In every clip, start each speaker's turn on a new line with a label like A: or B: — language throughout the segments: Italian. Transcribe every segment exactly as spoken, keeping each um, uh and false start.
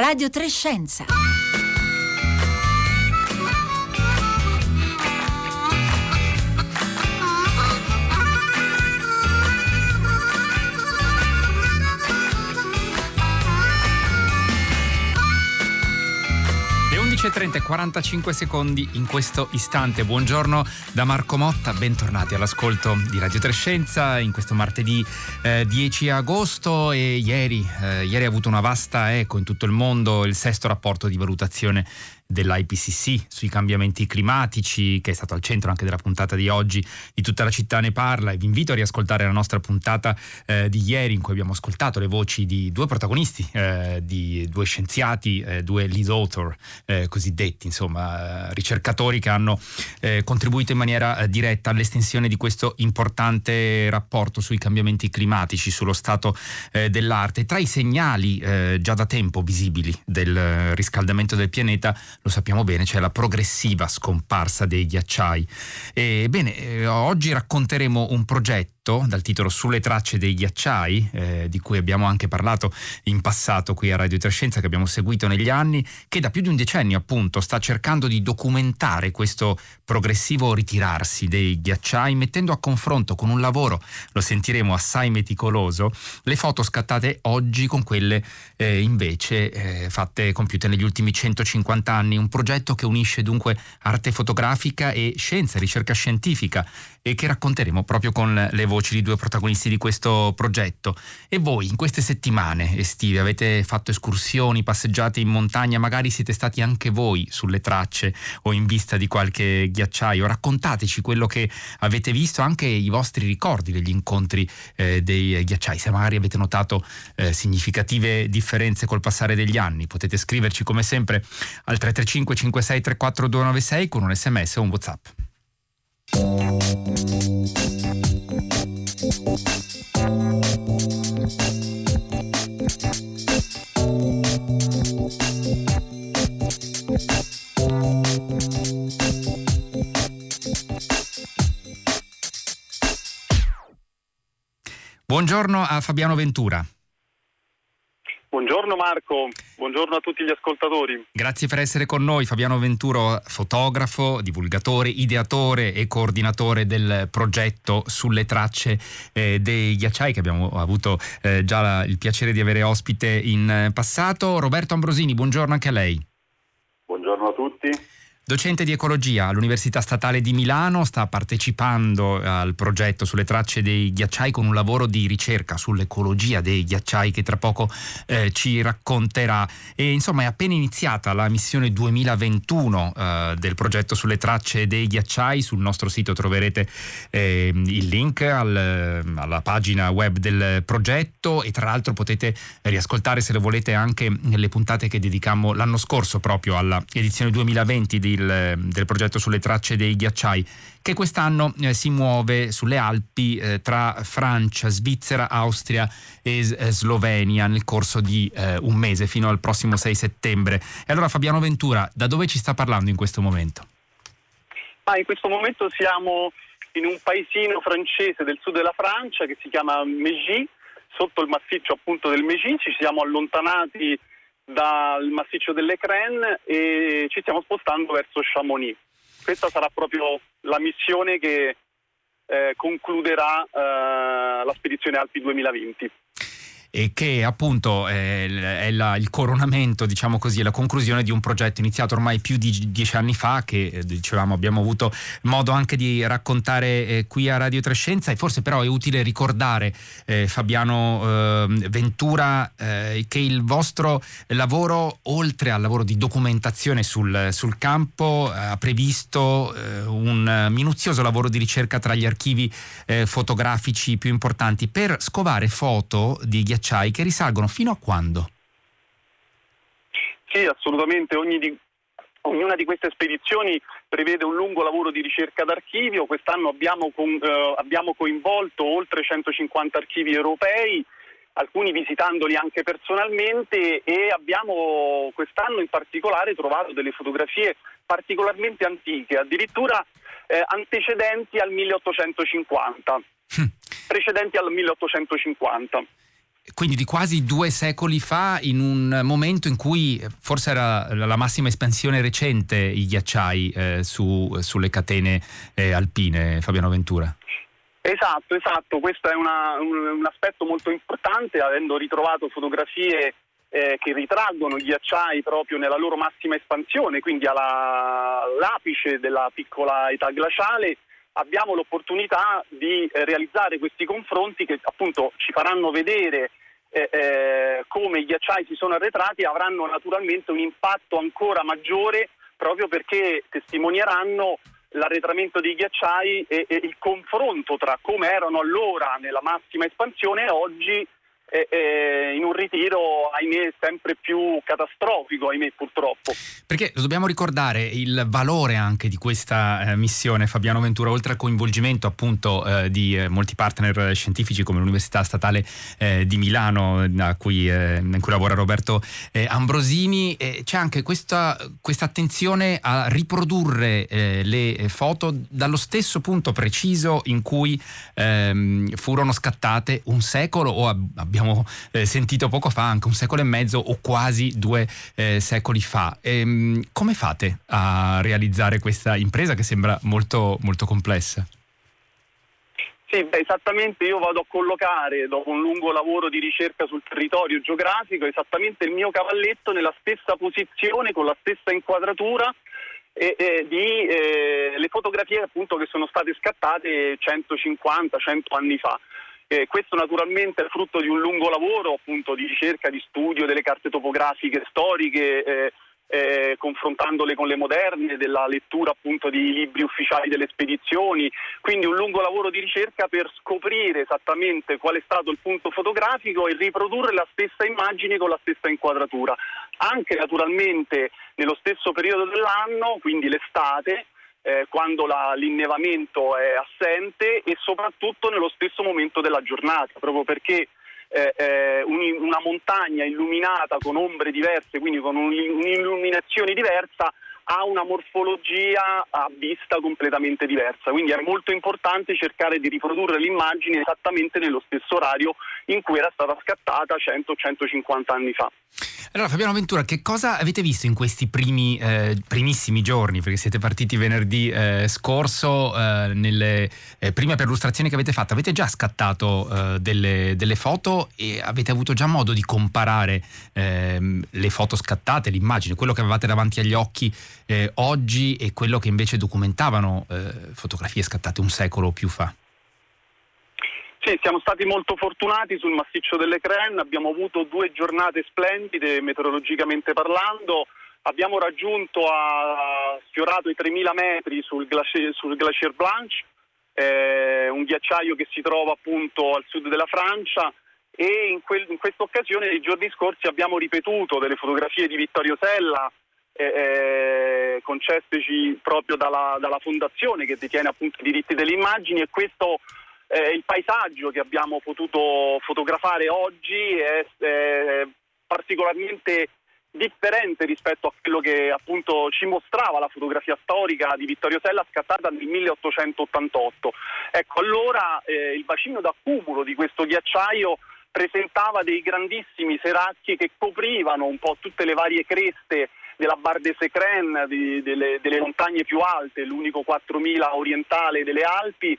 A: Radio tre Scienza.
B: undici e trenta e quarantacinque secondi in questo istante. Buongiorno da Marco Motta, bentornati all'ascolto di Radio tre Scienza in questo martedì eh, dieci agosto. E ieri, eh, ieri ha avuto una vasta eco in tutto il mondo il sesto rapporto di valutazione dell'I P C C sui cambiamenti climatici, che è stato al centro anche della puntata di oggi di Tutta la città ne parla, e vi invito a riascoltare la nostra puntata eh, di ieri, in cui abbiamo ascoltato le voci di due protagonisti, eh, di due scienziati, eh, due lead author eh, cosiddetti, insomma eh, ricercatori che hanno eh, contribuito in maniera eh, diretta all'estensione di questo importante rapporto sui cambiamenti climatici, sullo stato eh, dell'arte. Tra i segnali eh, già da tempo visibili del riscaldamento del pianeta, lo sappiamo bene, c'è la progressiva scomparsa dei ghiacciai. E, bene, eh, oggi racconteremo un progetto dal titolo Sulle tracce dei ghiacciai, eh, di cui abbiamo anche parlato in passato qui a Radio tre Scienza, che abbiamo seguito negli anni, che da più di un decennio appunto sta cercando di documentare questo progressivo ritirarsi dei ghiacciai, mettendo a confronto con un lavoro, lo sentiremo, assai meticoloso, le foto scattate oggi con quelle eh, invece eh, fatte, compiute negli ultimi centocinquanta anni. Un progetto che unisce dunque arte fotografica e scienza, ricerca scientifica, e che racconteremo proprio con le voci di due protagonisti di questo progetto. E voi in queste settimane estive avete fatto escursioni, passeggiate in montagna, magari siete stati anche voi sulle tracce o in vista di qualche ghiacciaio. Raccontateci quello che avete visto, anche i vostri ricordi degli incontri eh, dei ghiacciai, se magari avete notato eh, significative differenze col passare degli anni. Potete scriverci come sempre al tre tre cinque cinque sei tre quattro due nove sei con un sms o un WhatsApp. Buongiorno a Fabiano Ventura.
C: Buongiorno Marco, buongiorno a tutti gli ascoltatori.
B: Grazie per essere con noi. Fabiano Venturo, fotografo, divulgatore, ideatore e coordinatore del progetto Sulle tracce eh, dei ghiacciai, che abbiamo avuto eh, già la, il piacere di avere ospite in passato. Roberto Ambrosini, buongiorno anche a lei.
C: Buongiorno a tutti.
B: Docente di ecologia all'Università Statale di Milano, sta partecipando al progetto Sulle tracce dei ghiacciai con un lavoro di ricerca sull'ecologia dei ghiacciai che tra poco eh, ci racconterà. E insomma è appena iniziata la missione duemilaventuno eh, del progetto Sulle tracce dei ghiacciai. Sul nostro sito troverete eh, il link al, alla pagina web del progetto, e tra l'altro potete riascoltare, se lo volete, anche le puntate che dedicammo l'anno scorso proprio alla edizione duemilaventi di del progetto Sulle tracce dei ghiacciai, che quest'anno eh, si muove sulle Alpi eh, tra Francia, Svizzera, Austria e eh, Slovenia nel corso di eh, un mese, fino al prossimo sei settembre. E allora Fabiano Ventura, da dove ci sta parlando in questo momento?
C: Ah, in questo momento siamo in un paesino francese del sud della Francia che si chiama Mégy, sotto il massiccio appunto del Mégy. Ci siamo allontanati dal massiccio delle Crènes e ci stiamo spostando verso Chamonix. Questa sarà proprio la missione che eh, concluderà eh, la spedizione Alpi duemilaventi.
B: E che appunto è, è la, il coronamento, diciamo così, la conclusione di un progetto iniziato ormai più di dieci anni fa, che dicevamo abbiamo avuto modo anche di raccontare eh, qui a Radio tre Scienza. E forse però è utile ricordare, eh, Fabiano eh, Ventura, eh, che il vostro lavoro, oltre al lavoro di documentazione sul, sul campo, ha previsto eh, un minuzioso lavoro di ricerca tra gli archivi eh, fotografici più importanti per scovare foto di ghiacciai che risalgono fino a quando?
C: Sì, assolutamente. Ogni di, ognuna di queste spedizioni prevede un lungo lavoro di ricerca d'archivio. Quest'anno abbiamo, con, eh, abbiamo coinvolto oltre centocinquanta archivi europei, alcuni visitandoli anche personalmente, e abbiamo quest'anno in particolare trovato delle fotografie particolarmente antiche, addirittura eh, antecedenti al milleottocentocinquanta. Hm. Precedenti al milleottocentocinquanta.
B: Quindi di quasi due secoli fa, in un momento in cui forse era la massima espansione recente i ghiacciai eh, su, sulle catene eh, alpine, Fabiano Ventura.
C: Esatto, esatto, questo è una, un, un aspetto molto importante, avendo ritrovato fotografie eh, che ritraggono i ghiacciai proprio nella loro massima espansione, quindi alla, all'apice della piccola età glaciale. Abbiamo l'opportunità di eh, realizzare questi confronti che appunto ci faranno vedere eh, eh, come i ghiacciai si sono arretrati e avranno naturalmente un impatto ancora maggiore, proprio perché testimonieranno l'arretramento dei ghiacciai e, e il confronto tra come erano allora nella massima espansione e oggi eh, eh, in un ritiro, ahimè, sempre più catastrofico, ahimè, purtroppo.
B: Perché lo dobbiamo ricordare il valore anche di questa eh, missione, Fabiano Ventura, oltre al coinvolgimento appunto eh, di eh, molti partner scientifici come l'Università Statale eh, di Milano, a cui, eh, in cui lavora Roberto eh, Ambrosini, eh, c'è anche questa questa attenzione a riprodurre eh, le foto dallo stesso punto preciso in cui ehm, furono scattate un secolo o ab- abbiamo eh, sentito poco fa anche un secolo e mezzo o quasi due eh, secoli fa. Ehm, come fate a realizzare questa impresa che sembra molto, molto complessa?
C: Sì, beh, esattamente, io vado a collocare, dopo un lungo lavoro di ricerca sul territorio geografico, esattamente il mio cavalletto nella stessa posizione, con la stessa inquadratura e, e di eh, le fotografie appunto che sono state scattate centocinquanta cento anni fa. Eh, questo naturalmente è frutto di un lungo lavoro appunto di ricerca, di studio delle carte topografiche storiche, eh, eh, confrontandole con le moderne, della lettura appunto di libri ufficiali delle spedizioni, quindi un lungo lavoro di ricerca per scoprire esattamente qual è stato il punto fotografico e riprodurre la stessa immagine con la stessa inquadratura. Anche naturalmente nello stesso periodo dell'anno, quindi l'estate, Eh, quando la, l'innevamento è assente e soprattutto nello stesso momento della giornata, proprio perché eh, eh, un, una montagna illuminata con ombre diverse, quindi con un, un'illuminazione diversa, ha una morfologia a vista completamente diversa, quindi è molto importante cercare di riprodurre l'immagine esattamente nello stesso orario in cui era stata scattata cento centocinquanta anni fa.
B: Allora Fabiano Ventura, che cosa avete visto in questi primi eh, primissimi giorni, perché siete partiti venerdì eh, scorso, eh, nelle eh, prime perlustrazioni che avete fatto? Avete già scattato eh, delle, delle foto e avete avuto già modo di comparare eh, le foto scattate, l'immagine, quello che avevate davanti agli occhi eh, oggi e quello che invece documentavano eh, fotografie scattate un secolo o più fa?
C: Sì, siamo stati molto fortunati sul massiccio delle Crenne, abbiamo avuto due giornate splendide meteorologicamente parlando, abbiamo raggiunto, a, sfiorato i tremila metri sul Glacier, sul Glacier Blanche, eh, un ghiacciaio che si trova appunto al sud della Francia, e in, quel, in questa occasione nei giorni scorsi abbiamo ripetuto delle fotografie di Vittorio Sella, eh, eh, concesseci proprio dalla, dalla fondazione che detiene appunto i diritti delle immagini, e questo Eh, il paesaggio che abbiamo potuto fotografare oggi è, è particolarmente differente rispetto a quello che appunto ci mostrava la fotografia storica di Vittorio Sella scattata nel milleottocentottantotto. Ecco, allora eh, il bacino d'accumulo di questo ghiacciaio presentava dei grandissimi seracchi che coprivano un po' tutte le varie creste della Barre des Écrins, di, delle, delle montagne più alte, l'unico quattromila orientale delle Alpi,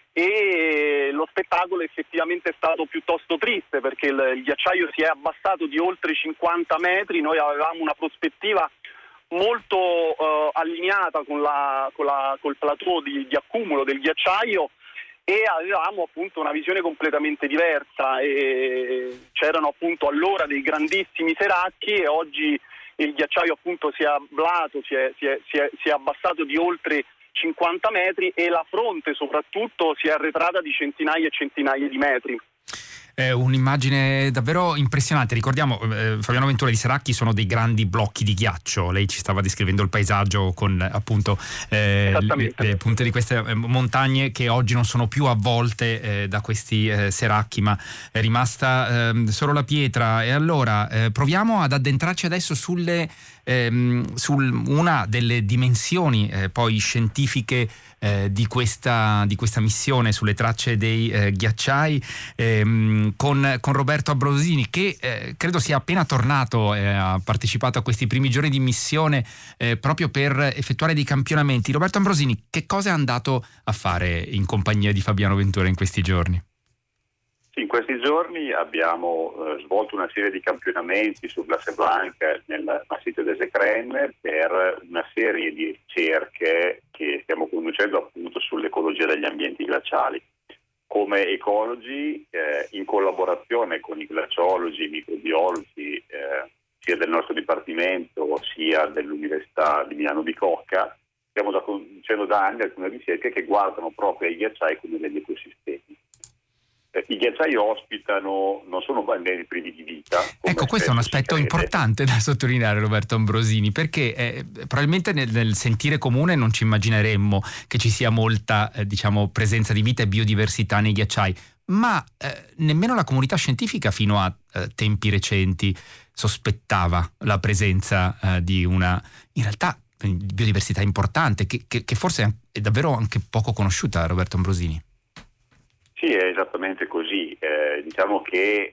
C: e lo spettacolo effettivamente è stato piuttosto triste perché il, il ghiacciaio si è abbassato di oltre cinquanta metri, noi avevamo una prospettiva molto eh, allineata con la, con la, col plateau di, di accumulo del ghiacciaio, e avevamo appunto una visione completamente diversa, e c'erano appunto allora dei grandissimi seracchi e oggi il ghiacciaio appunto si è ablato, si è, si è, si è, si è abbassato di oltre cinquanta metri, e la fronte soprattutto si è arretrata di centinaia e centinaia di metri.
B: È un'immagine davvero impressionante. Ricordiamo, eh, Fabiano Ventura, i seracchi sono dei grandi blocchi di ghiaccio. Lei ci stava descrivendo il paesaggio con appunto eh, le, le punte di queste montagne che oggi non sono più avvolte eh, da questi eh, seracchi, ma è rimasta eh, solo la pietra. E allora eh, proviamo ad addentrarci adesso sulle ehm, su una delle dimensioni eh, poi scientifiche eh, di questa di questa missione, sulle tracce dei eh, ghiacciai. Ehm, ehm, con, con Roberto Ambrosini, che eh, credo sia appena tornato, eh, ha partecipato a questi primi giorni di missione eh, proprio per effettuare dei campionamenti. Roberto Ambrosini, che cosa è andato a fare in compagnia di Fabiano Ventura in questi giorni?
A: Sì, in questi giorni abbiamo eh, svolto una serie di campionamenti su Glace Blanche nel Massito des Écrins per una serie di ricerche che stiamo conducendo appunto sull'ecologia degli ambienti glaciali. Come ecologi, eh, in collaborazione con i glaciologi, i microbiologi, eh, sia del nostro dipartimento sia dell'Università di Milano Bicocca, stiamo da conducendo da anni alcune ricerche che guardano proprio ai ghiacciai come degli ecosistemi. I ghiacciai ospitano, non sono bambini privi di vita.
B: Ecco, questo è un aspetto importante da sottolineare, Roberto Ambrosini, perché eh, probabilmente nel, nel sentire comune non ci immagineremmo che ci sia molta eh, diciamo, presenza di vita e biodiversità nei ghiacciai, ma eh, nemmeno la comunità scientifica fino a eh, tempi recenti sospettava la presenza eh, di una, in realtà, biodiversità importante, che, che, che forse è davvero anche poco conosciuta, Roberto Ambrosini.
A: Sì, è esattamente così. Eh, diciamo che eh,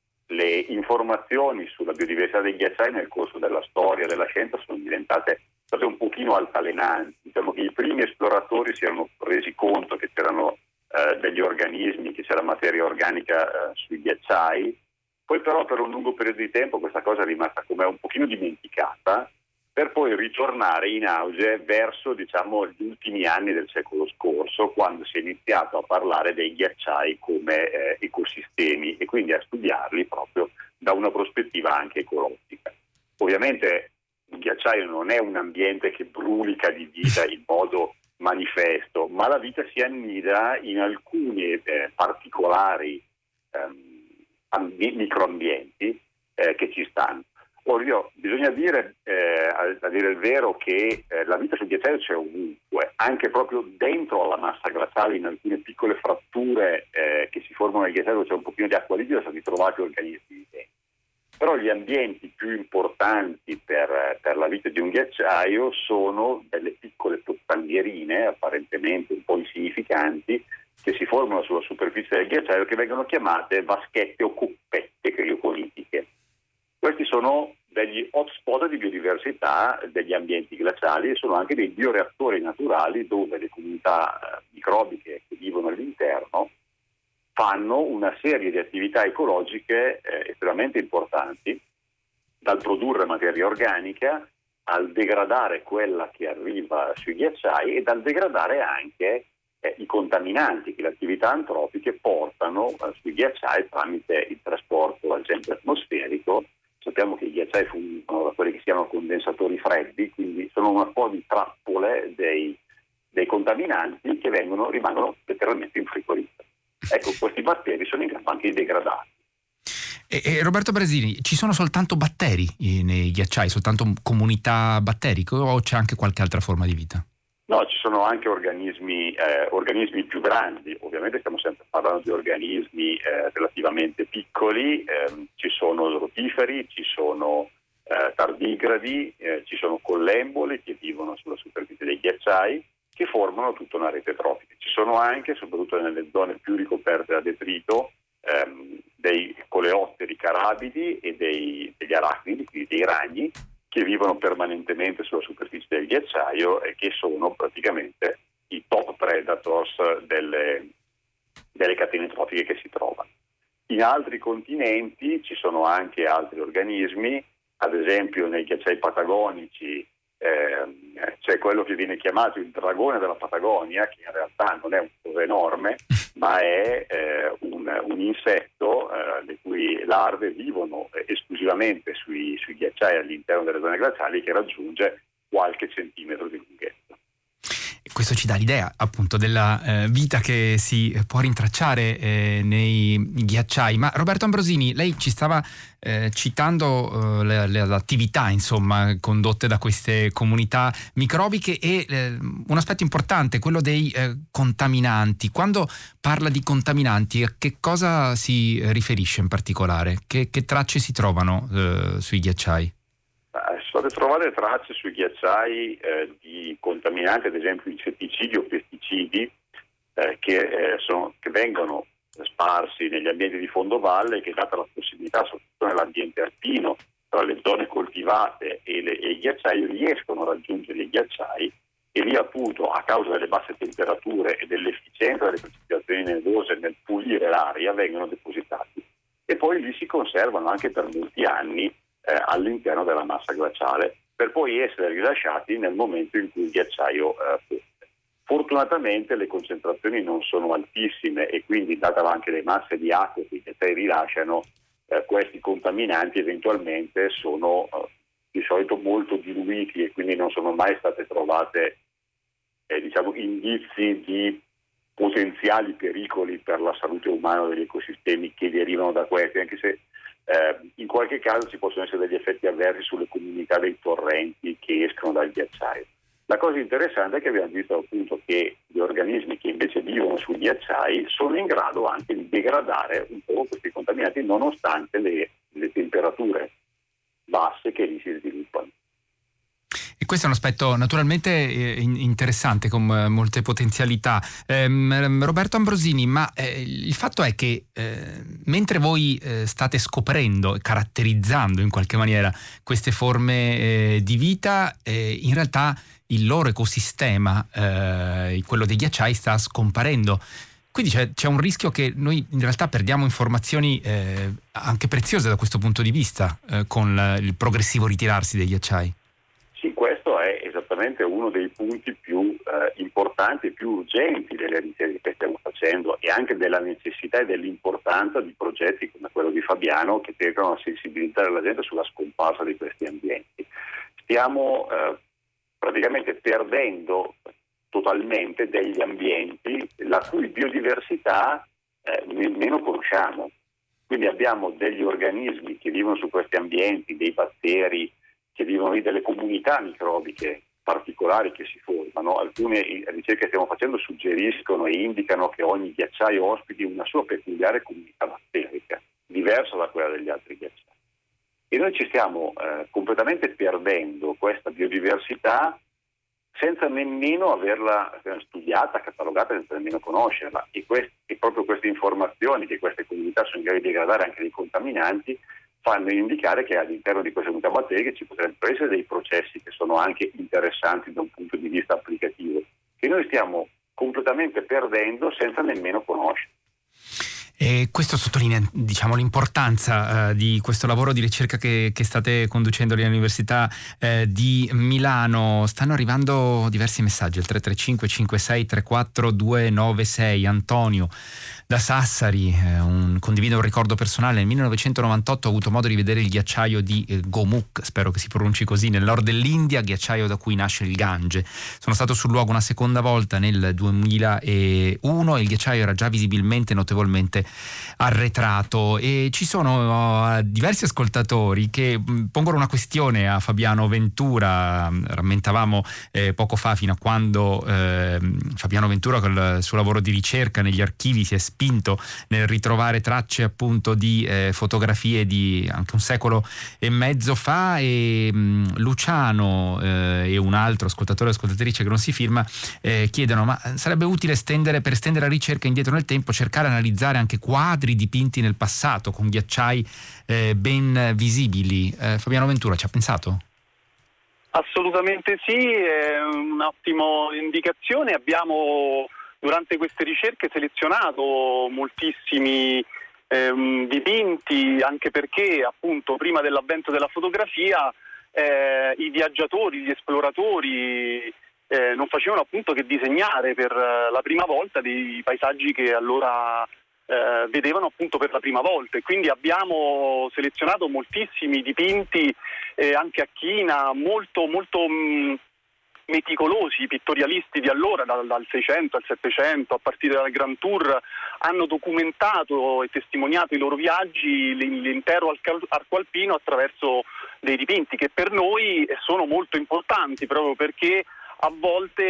A: le informazioni sulla biodiversità dei ghiacciai nel corso della storia della scienza sono diventate state un pochino altalenanti. Diciamo che i primi esploratori si erano resi conto che c'erano eh, degli organismi, che c'era materia organica eh, sui ghiacciai. Poi però per un lungo periodo di tempo questa cosa è rimasta come un pochino dimenticata, per poi ritornare in auge verso, diciamo, gli ultimi anni del secolo scorso, quando si è iniziato a parlare dei ghiacciai come eh, ecosistemi e quindi a studiarli proprio da una prospettiva anche ecologica. Ovviamente il ghiacciaio non è un ambiente che brulica di vita in modo manifesto, ma la vita si annida in alcuni eh, particolari ehm, ambi- microambienti eh, che ci stanno. Io, bisogna dire, eh, a, a dire il vero, che eh, la vita sul ghiacciaio c'è ovunque, anche proprio dentro alla massa glaciale, in alcune piccole fratture eh, che si formano nel ghiacciaio, dove c'è un pochino di acqua liquida, sono ritrovati organismi viventi. Però gli ambienti più importanti per, per la vita di un ghiacciaio sono delle piccole pozzanghierine, apparentemente un po' insignificanti, che si formano sulla superficie del ghiacciaio, che vengono chiamate vaschette o cuppette criopolitiche. Questi sono degli hotspot di biodiversità degli ambienti glaciali e sono anche dei bioreattori naturali dove le comunità microbiche che vivono all'interno fanno una serie di attività ecologiche eh, estremamente importanti, dal produrre materia organica al degradare quella che arriva sui ghiacciai e dal degradare anche eh, i contaminanti che le attività antropiche portano eh, sui ghiacciai tramite il trasporto agente atmosferico. Sappiamo che i ghiacciai fungono da quelli che si chiamano condensatori freddi, quindi sono un po' di trappole dei, dei contaminanti che vengono, rimangono letteralmente in frigorifero. Ecco, questi batteri sono in grado anche di degradarsi.
B: E, e Roberto Ambrosini, ci sono soltanto batteri nei ghiacciai, soltanto comunità batteriche, o c'è anche qualche altra forma di vita?
A: No, ci sono anche organismi, eh, organismi più grandi. Ovviamente stiamo sempre parlando di organismi eh, relativamente piccoli, eh, ci sono rotiferi, ci sono eh, tardigradi, eh, ci sono collemboli che vivono sulla superficie dei ghiacciai, che formano tutta una rete trofica. Ci sono anche, soprattutto nelle zone più ricoperte da detrito, ehm, dei coleotteri carabidi e dei, degli arachnidi, quindi dei ragni, che vivono permanentemente sulla superficie del ghiacciaio e che sono praticamente i top predators delle, delle catene trofiche che si trovano. In altri continenti ci sono anche altri organismi, ad esempio nei ghiacciai patagonici eh, c'è quello che viene chiamato il dragone della Patagonia, che in realtà non è un cosa enorme, ma è eh, un, un insetto eh, le cui larve vivono esclusivamente sui, sui ghiacciai all'interno delle zone glaciali, che raggiunge qualche centimetro di lunghezza.
B: Questo ci dà l'idea appunto della eh, vita che si può rintracciare eh, nei ghiacciai. Ma Roberto Ambrosini, lei ci stava eh, citando eh, le, le attività insomma condotte da queste comunità microbiche e eh, un aspetto importante, quello dei eh, contaminanti. Quando parla di contaminanti, a che cosa si riferisce in particolare? Che, che tracce si trovano eh, sui ghiacciai?
A: Si potete trovare tracce sui ghiacciai eh, di contaminanti, ad esempio insetticidi o pesticidi, eh, che, eh, sono, che vengono sparsi negli ambienti di fondovalle, che data la possibilità, soprattutto nell'ambiente alpino, tra le zone coltivate e, le, e i ghiacciai, riescono a raggiungere i ghiacciai e lì appunto, a causa delle basse temperature e dell'efficienza delle precipitazioni nevose nel pulire l'aria, vengono depositati e poi lì si conservano anche per molti anni eh, all'interno della massa glaciale, per poi essere rilasciati nel momento in cui il ghiacciaio eh, fonde. Fortunatamente le concentrazioni non sono altissime e quindi, data anche le masse di acqua che i ghiacciai rilasciano, eh, questi contaminanti eventualmente sono eh, di solito molto diluiti e quindi non sono mai state trovate eh, diciamo indizi di potenziali pericoli per la salute umana o degli ecosistemi che derivano da questi, anche se eh, in qualche caso ci possono essere degli effetti avversi sulle comunità dei torrenti che escono dal ghiacciaio. La cosa interessante è che abbiamo visto appunto che gli organismi che invece vivono sui ghiacciai sono in grado anche di degradare un po' questi contaminanti nonostante le, le temperature basse che lì si sviluppano.
B: E questo è un aspetto naturalmente eh, interessante, con eh, molte potenzialità. Ehm, Roberto Ambrosini, ma eh, il fatto è che eh, mentre voi eh, state scoprendo e caratterizzando in qualche maniera queste forme eh, di vita, eh, in realtà il loro ecosistema, eh, quello dei ghiacciai, sta scomparendo. Quindi c'è, c'è un rischio che noi in realtà perdiamo informazioni eh, anche preziose da questo punto di vista eh, con il progressivo ritirarsi dei ghiacciai.
A: Sì, questo è esattamente uno dei punti più eh, importanti e più urgenti delle ricerche che stiamo facendo e anche della necessità e dell'importanza di progetti come quello di Fabiano, che cercano di sensibilizzare la gente sulla scomparsa di questi ambienti. Stiamo eh, praticamente perdendo totalmente degli ambienti la cui biodiversità eh, nemmeno conosciamo. Quindi abbiamo degli organismi che vivono su questi ambienti, dei batteri che vivono lì, delle comunità microbiche particolari che si formano. Alcune ricerche che stiamo facendo suggeriscono e indicano che ogni ghiacciaio ospiti una sua peculiare comunità batterica, diversa da quella degli altri ghiacciai. E noi ci stiamo eh, completamente perdendo questa biodiversità senza nemmeno averla studiata, catalogata, senza nemmeno conoscerla. E, quest- e proprio queste informazioni, che queste comunità sono in grado di degradare anche dei contaminanti, fanno indicare che all'interno di queste comunità batteriche ci potrebbero essere dei processi che sono anche interessanti da un punto di vista applicativo, che noi stiamo completamente perdendo senza nemmeno conoscere.
B: E questo sottolinea, diciamo, l'importanza eh, di questo lavoro di ricerca che, che state conducendo all'Università eh, di Milano. Stanno arrivando diversi messaggi al tre tre cinque cinque sei tre quattro due nove sei. Antonio da Sassari, eh, un, condivide un ricordo personale. Nel millenovecentonovantotto ho avuto modo di vedere il ghiacciaio di eh, Gomukh, spero che si pronunci così, nel nord dell'India, ghiacciaio da cui nasce il Gange. Sono stato sul luogo una seconda volta nel duemilauno e il ghiacciaio era già visibilmente notevolmente arretrato. E ci sono uh, diversi ascoltatori che mh, pongono una questione a Fabiano Ventura. Rammentavamo eh, poco fa, fino a quando eh, Fabiano Ventura col suo lavoro di ricerca negli archivi si è spinto nel ritrovare tracce appunto di eh, fotografie di anche un secolo e mezzo fa, e mh, Luciano eh, e un altro ascoltatore o ascoltatrice che non si firma eh, chiedono: ma sarebbe utile stendere, per stendere la ricerca indietro nel tempo, cercare di analizzare anche quadri dipinti nel passato con ghiacciai eh, ben visibili? eh, Fabiano Ventura ci ha pensato?
C: Assolutamente sì, è un'ottima indicazione. Abbiamo durante queste ricerche selezionato moltissimi ehm, dipinti, anche perché appunto prima dell'avvento della fotografia eh, i viaggiatori, gli esploratori eh, non facevano appunto che disegnare per la prima volta dei paesaggi che allora eh, vedevano appunto per la prima volta, e quindi abbiamo selezionato moltissimi dipinti eh, anche a china, molto molto mh, meticolosi. I pittorialisti di allora, dal, dal Seicento al Settecento, a partire dal Grand Tour, hanno documentato e testimoniato i loro viaggi, l'intero arco alpino, attraverso dei dipinti che per noi sono molto importanti, proprio perché a volte,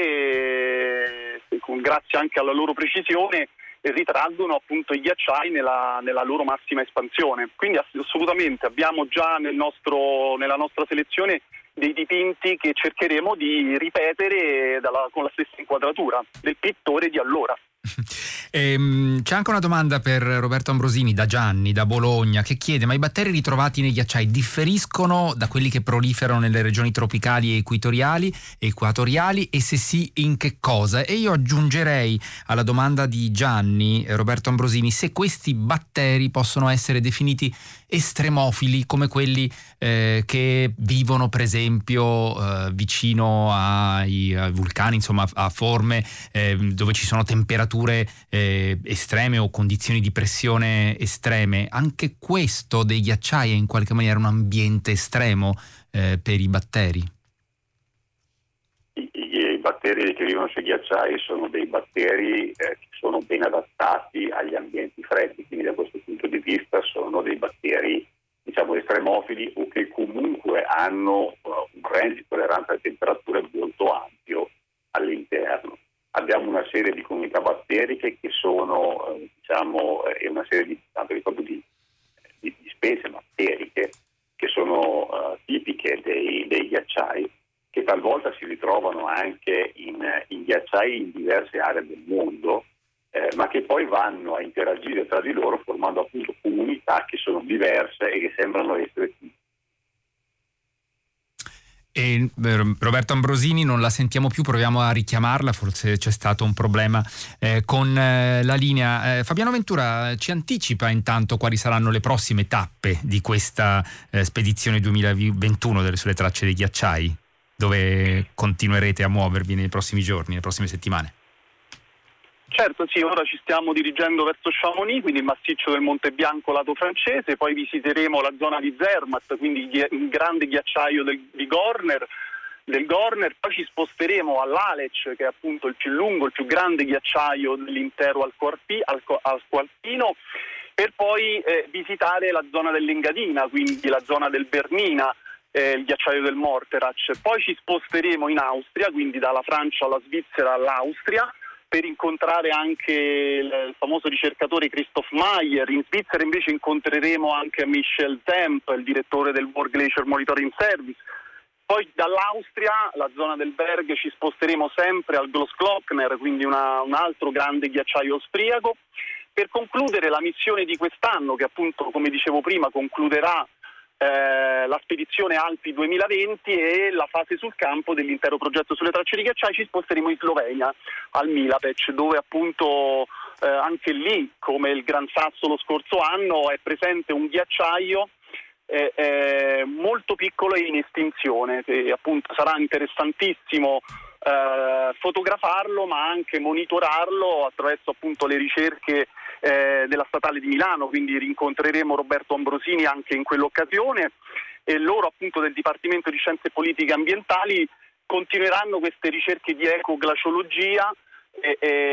C: eh, grazie anche alla loro precisione, ritraggono appunto i ghiacciai nella, nella loro massima espansione. Quindi assolutamente abbiamo già nel nostro, nella nostra selezione dei dipinti che cercheremo di ripetere dalla, con la stessa inquadratura del pittore di allora.
B: Ehm, c'è anche una domanda per Roberto Ambrosini da Gianni, da Bologna, che chiede: ma i batteri ritrovati nei ghiacciai differiscono da quelli che proliferano nelle regioni tropicali e equatoriali, equatoriali e se sì, in che cosa? E io aggiungerei alla domanda di Gianni, eh, Roberto Ambrosini, se questi batteri possono essere definiti estremofili, come quelli eh, che vivono per esempio eh, vicino ai, ai vulcani, insomma a forme eh, dove ci sono temperature eh, estreme o condizioni di pressione estreme. Anche questo dei ghiacciai è in qualche maniera un ambiente estremo eh, per i batteri?
A: I, i, I batteri che vivono sui ghiacciai sono dei batteri eh, che sono ben adattati agli ambienti freddi, quindi da questo punto di vista sono dei batteri, diciamo, estremofili o che comunque hanno uh, un range di tolleranza alle temperature molto ampio all'interno. Abbiamo una serie di comunità batteriche che sono, eh, diciamo, e eh, una serie di, proprio di, di, di specie batteriche che sono uh, tipiche dei, dei ghiacciai, che talvolta si ritrovano anche in, in ghiacciai in diverse aree del mondo, eh, ma che poi vanno a interagire tra di loro formando appunto comunità che sono diverse e che sembrano essere.
B: E Roberto Ambrosini non la sentiamo più, proviamo a richiamarla, forse c'è stato un problema eh, con eh, la linea. Eh, Fabiano Ventura ci anticipa intanto quali saranno le prossime tappe di questa eh, spedizione duemilaventuno delle, sulle tracce dei ghiacciai, dove continuerete a muovervi nei prossimi giorni, nelle prossime settimane.
C: Certo, sì, ora ci stiamo dirigendo verso Chamonix, quindi il massiccio del Monte Bianco lato francese, poi visiteremo la zona di Zermatt, quindi il grande ghiacciaio del, di Gorner, del Gorner, poi ci sposteremo all'Aletsch, che è appunto il più lungo, il più grande ghiacciaio dell'intero Alco-Alpino, per poi eh, visitare la zona dell'Engadina, quindi la zona del Bernina, eh, il ghiacciaio del Morteratsch. Poi ci sposteremo in Austria, quindi dalla Francia alla Svizzera all'Austria, per incontrare anche il famoso ricercatore Christoph Mayer. In Svizzera invece incontreremo anche Michel Temp, il direttore del World Glacier Monitoring Service. Poi dall'Austria, la zona del Berg, ci sposteremo sempre al Grossglockner, quindi una, un altro grande ghiacciaio austriaco, per concludere la missione di quest'anno, che appunto, come dicevo prima, concluderà Eh, la spedizione Alpi duemilaventi e la fase sul campo dell'intero progetto sulle tracce di ghiacciai. Ci sposteremo in Slovenia, al Milapec, dove appunto eh, anche lì, come il Gran Sasso lo scorso anno, è presente un ghiacciaio eh, eh, molto piccolo e in estinzione, che appunto sarà interessantissimo eh, fotografarlo, ma anche monitorarlo attraverso appunto le ricerche Eh, della Statale di Milano, quindi rincontreremo Roberto Ambrosini anche in quell'occasione, e loro appunto del Dipartimento di Scienze Politiche Ambientali continueranno queste ricerche di ecoglaciologia eh,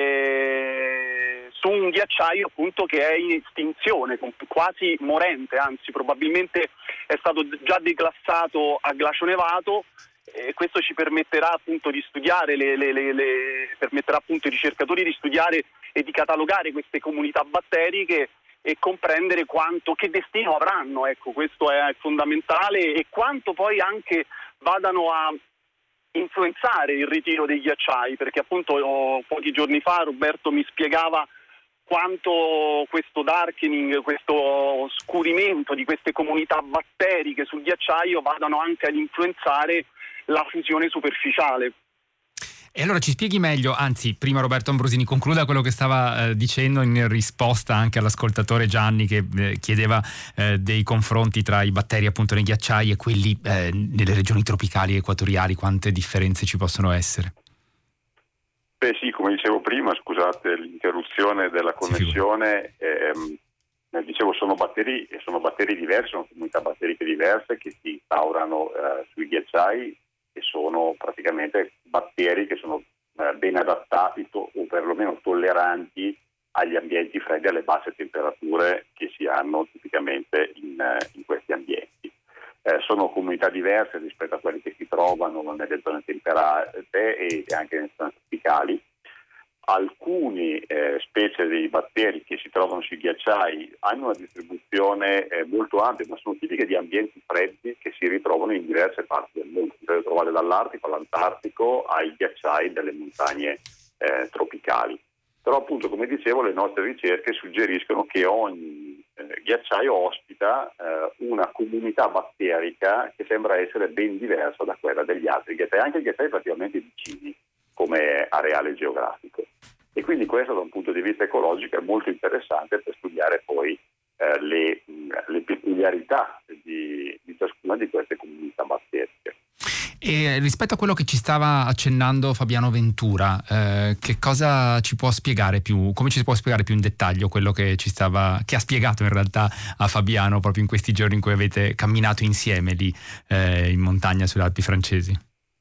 C: eh, su un ghiacciaio appunto che è in estinzione, quasi morente, anzi probabilmente è stato già declassato a glacio nevato. E questo ci permetterà appunto di studiare, le, le, le, le, permetterà appunto ai ricercatori di studiare e di catalogare queste comunità batteriche e comprendere quanto, che destino avranno, ecco, questo è fondamentale, e quanto poi anche vadano a influenzare il ritiro dei ghiacciai, perché appunto oh, pochi giorni fa Roberto mi spiegava quanto questo darkening, questo scurimento di queste comunità batteriche sul ghiacciaio vadano anche ad influenzare la fusione superficiale.
B: E allora ci spieghi meglio, anzi prima Roberto Ambrosini concluda quello che stava eh, dicendo in risposta anche all'ascoltatore Gianni che eh, chiedeva eh, dei confronti tra i batteri appunto nei ghiacciai e quelli eh, nelle regioni tropicali e equatoriali, quante differenze ci possono essere?
A: Beh sì, come dicevo prima, scusate l'interruzione della connessione, ehm, dicevo sono batteri, sono batteri diversi, sono comunità batteriche diverse che si instaurano eh, sui ghiacciai, e sono praticamente batteri che sono eh, ben adattati to- o perlomeno tolleranti agli ambienti freddi, alle basse temperature che si hanno tipicamente in, eh, in questi ambienti. Eh, sono comunità diverse rispetto a quelle che si trovano nelle zone temperate e anche nelle zone tropicali. Alcune eh, specie dei batteri che si trovano sui ghiacciai hanno una distribuzione distribuzione eh, molto ampia, ma sono tipiche di ambienti freddi che si ritrovano in diverse parti del mondo. Si possono trovare dall'Artico all'Antartico ai ghiacciai delle montagne eh, tropicali. Però appunto, come dicevo, le nostre ricerche suggeriscono che ogni eh, ghiacciaio ospita eh, una comunità batterica che sembra essere ben diversa da quella degli altri ghiacciai, anche ghiacciai praticamente vicini come areale geografico. E quindi questo da un punto di vista ecologico è molto interessante per studiare poi eh, le, le peculiarità di, di ciascuna di queste comunità batteriche.
B: E rispetto a quello che ci stava accennando Fabiano Ventura, eh, che cosa ci può spiegare più, come ci può spiegare più in dettaglio quello che ci stava, che ha spiegato in realtà a Fabiano proprio in questi giorni in cui avete camminato insieme lì eh, in montagna sulle Alpi francesi?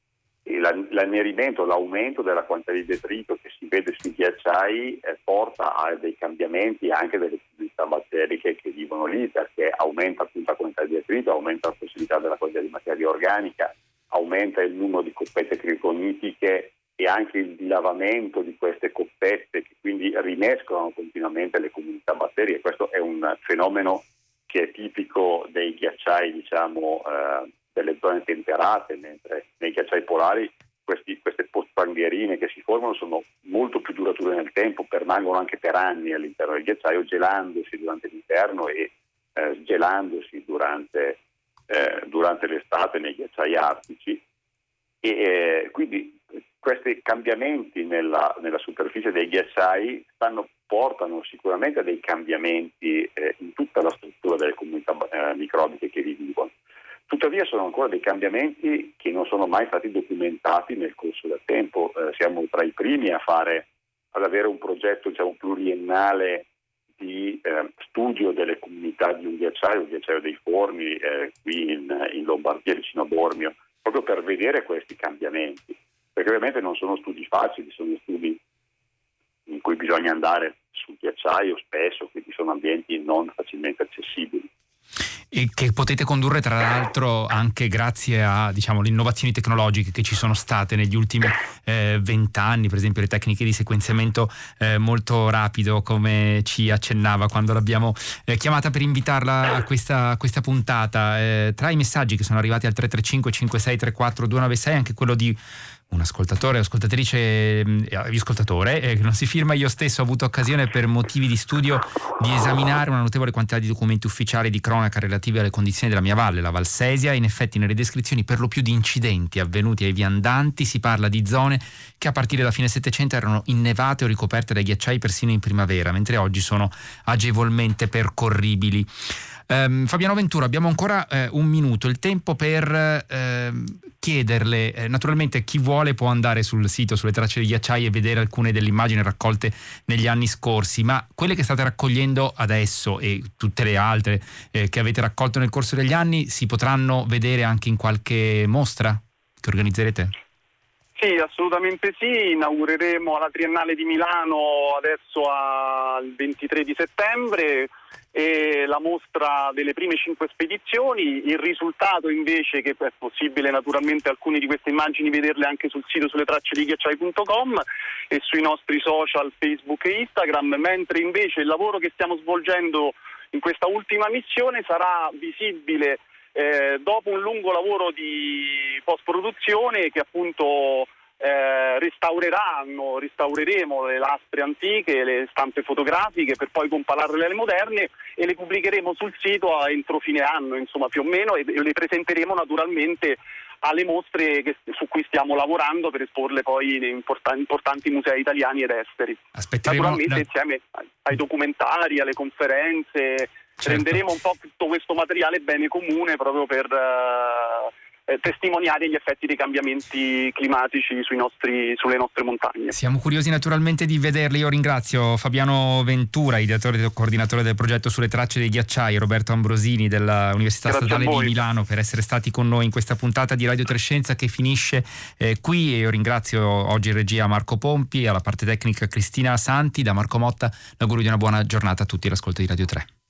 A: L'annerimento, l'aumento della quantità di detrito che si vede sui ghiacciai eh, porta a dei cambiamenti anche delle comunità batteriche che vivono lì, perché aumenta appunto la quantità di detrito, aumenta la possibilità della quantità di materia organica, aumenta il numero di coppette criconitiche e anche il dilavamento di queste coppette che quindi rimescolano continuamente le comunità batteriche. Questo è un fenomeno che è tipico dei ghiacciai, diciamo, eh, delle zone temperate, mentre nei ghiacciai polari questi, queste pozzangherine che si formano sono molto più durature nel tempo, permangono anche per anni all'interno del ghiacciaio, gelandosi durante l'inverno e eh, gelandosi durante, eh, durante l'estate nei ghiacciai artici. E eh, quindi questi cambiamenti nella, nella superficie dei ghiacciai stanno, portano sicuramente a dei cambiamenti eh, in tutta la struttura delle comunità eh, microbiche che vi vivono. Tuttavia sono ancora dei cambiamenti che non sono mai stati documentati nel corso del tempo. Eh, siamo tra i primi a fare, ad avere un progetto, diciamo, pluriennale di eh, studio delle comunità di un ghiacciaio, il ghiacciaio dei Forni, eh, qui in, in Lombardia, vicino a Bormio, proprio per vedere questi cambiamenti. Perché ovviamente non sono studi facili, sono studi in cui bisogna andare sul ghiacciaio spesso, quindi sono ambienti non facilmente accessibili.
B: E che potete condurre tra l'altro anche grazie a, diciamo, le innovazioni tecnologiche che ci sono state negli ultimi vent'anni, per esempio le tecniche di sequenziamento eh, molto rapido, come ci accennava quando l'abbiamo eh, chiamata per invitarla a questa, a questa puntata. Eh, tra i messaggi che sono arrivati al tre tre cinque cinque sei tre quattro due nove sei anche quello di un ascoltatore o ascoltatrice, eh, ascoltatore, eh, che non si firma. Io stesso ho avuto occasione per motivi di studio di esaminare una notevole quantità di documenti ufficiali di cronaca relativi alle condizioni della mia valle, la Valsesia. In effetti nelle descrizioni per lo più di incidenti avvenuti ai viandanti si parla di zone che a partire da fine Settecento erano innevate o ricoperte dai ghiacciai persino in primavera, mentre oggi sono agevolmente percorribili. Um, Fabiano Ventura, abbiamo ancora eh, un minuto, il tempo per eh, chiederle, eh, naturalmente chi vuole può andare sul sito, sulle tracce dei ghiacciai e vedere alcune delle immagini raccolte negli anni scorsi, ma quelle che state raccogliendo adesso e tutte le altre eh, che avete raccolto nel corso degli anni si potranno vedere anche in qualche mostra che organizzerete?
C: Sì, assolutamente sì, inaugureremo la Triennale di Milano adesso al ventitré di settembre e la mostra delle prime cinque spedizioni. Il risultato invece, che è possibile naturalmente alcune di queste immagini vederle anche sul sito sulle tracce di ghiacciai punto com e sui nostri social Facebook e Instagram, mentre invece il lavoro che stiamo svolgendo in questa ultima missione sarà visibile Eh, dopo un lungo lavoro di post-produzione che appunto eh, restaureranno, restaureremo le lastre antiche, le stampe fotografiche per poi compalarle alle moderne e le pubblicheremo sul sito entro fine anno, insomma più o meno, e le presenteremo naturalmente alle mostre che, su cui stiamo lavorando per esporle poi in importanti, importanti musei italiani ed esteri.
B: Aspetteremo
C: naturalmente la... insieme ai, ai documentari, alle conferenze. Certo. Renderemo un po' tutto questo materiale bene comune proprio per uh, eh, testimoniare gli effetti dei cambiamenti climatici sui nostri, sulle nostre montagne.
B: Siamo curiosi naturalmente di vederli. Io ringrazio Fabiano Ventura, ideatore e coordinatore del progetto Sulle tracce dei ghiacciai, Roberto Ambrosini dell'Università
C: Grazie
B: Statale di Milano, per essere stati con noi in questa puntata di Radio Trescenza che finisce eh, qui. E io ringrazio oggi in regia Marco Pompi, alla parte tecnica Cristina Santi. Da Marco Motta l'augurio di una buona giornata a tutti, l'ascolto di Radio tre.